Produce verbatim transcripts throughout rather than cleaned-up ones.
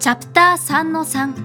チャプターさんのさん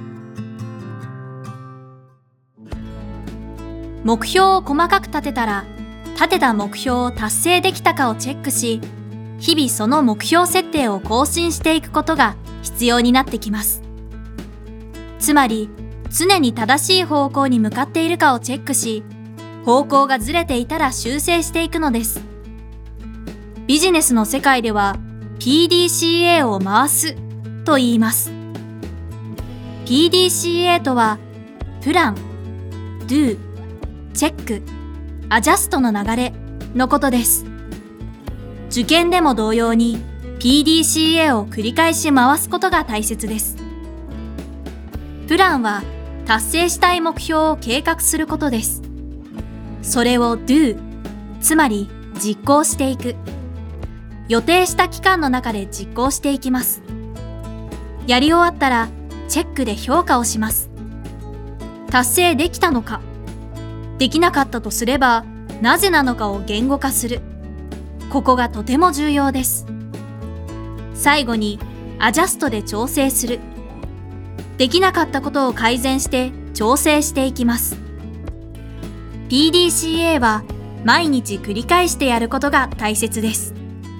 目標を細かく立てたら、立てた目標を達成できたかをチェックし、日々その目標設定を更新していくことが必要になってきます。つまり、常に正しい方向に向かっているかをチェックし、方向がずれていたら修正していくのです。ビジネスの世界では ピーディーシーエー を回すと言います。ピーディーシーエー とは、プラン、Do、チェック、アジャストの流れのことです。受験でも同様に ピーディーシーエー を繰り返し回すことが大切です。プランは達成したい目標を計画することです。それを Do、つまり実行していく。予定した期間の中で実行していきます。やり終わったらチェックで評価をします。達成できたのか、できなかったとすれば、なぜなのかを言語化する。ここがとても重要です。最後に、アジャストで調整する。できなかったことを改善して調整していきます。ピーディーシーエー は毎日繰り返してやることが大切です。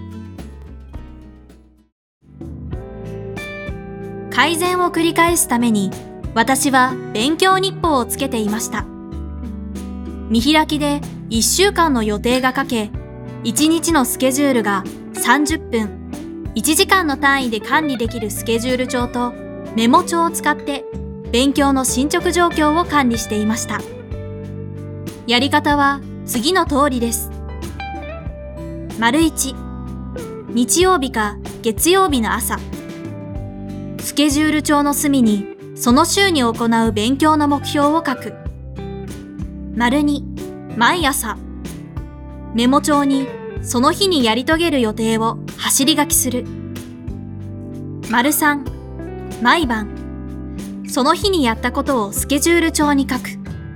改善を繰り返すために、私は勉強日報をつけていました。見開きでいっしゅうかんの予定が書け、いちにちのスケジュールがさんじゅっぷん、いちじかんの単位で管理できるスケジュール帳とメモ帳を使って勉強の進捗状況を管理していました。やり方は次の通りです。丸いち、日曜日か月曜日の朝。スケジュール帳の隅にその週に行う勉強の目標を書く。丸に、毎朝。メモ帳にその日にやり遂げる予定を走り書きする。丸さん、毎晩。その日にやったことをスケジュール帳に書く。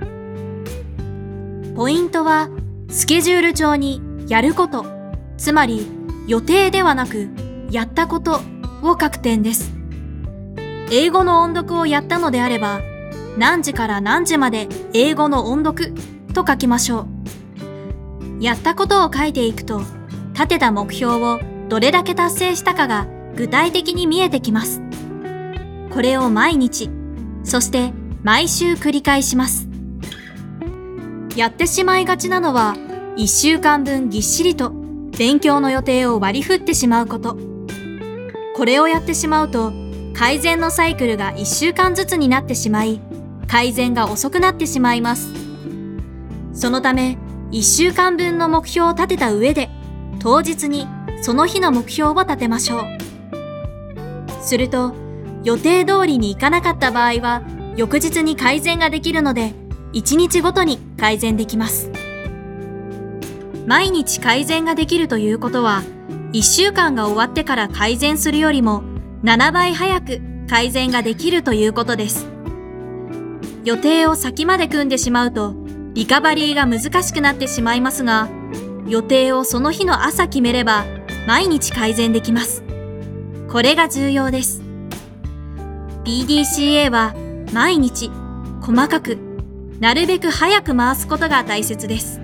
ポイントは、スケジュール帳にやること、つまり予定ではなくやったことを書く点です。英語の音読をやったのであれば、何時から何時まで英語の音読と書きましょう。やったことを書いていくと、立てた目標をどれだけ達成したかが具体的に見えてきます。これを毎日、そして毎週繰り返します。やってしまいがちなのは、いっしゅうかんぶんぎっしりと勉強の予定を割り振ってしまうこと。これをやってしまうと、改善のサイクルがいっしゅうかんずつになってしまい、改善が遅くなってしまいます。そのため、いっしゅうかんぶんの目標を立てた上で、当日にその日の目標を立てましょう。すると、予定通りにいかなかった場合は、翌日に改善ができるので、いちにちごとに改善できます。毎日改善ができるということは、いっしゅうかんが終わってから改善するよりも、ななばい早く改善ができるということです。予定を先まで組んでしまうと、リカバリーが難しくなってしまいますが、予定をその日の朝決めれば、毎日改善できます。これが重要です。ピーディーシーエー は毎日、細かく、なるべく早く回すことが大切です。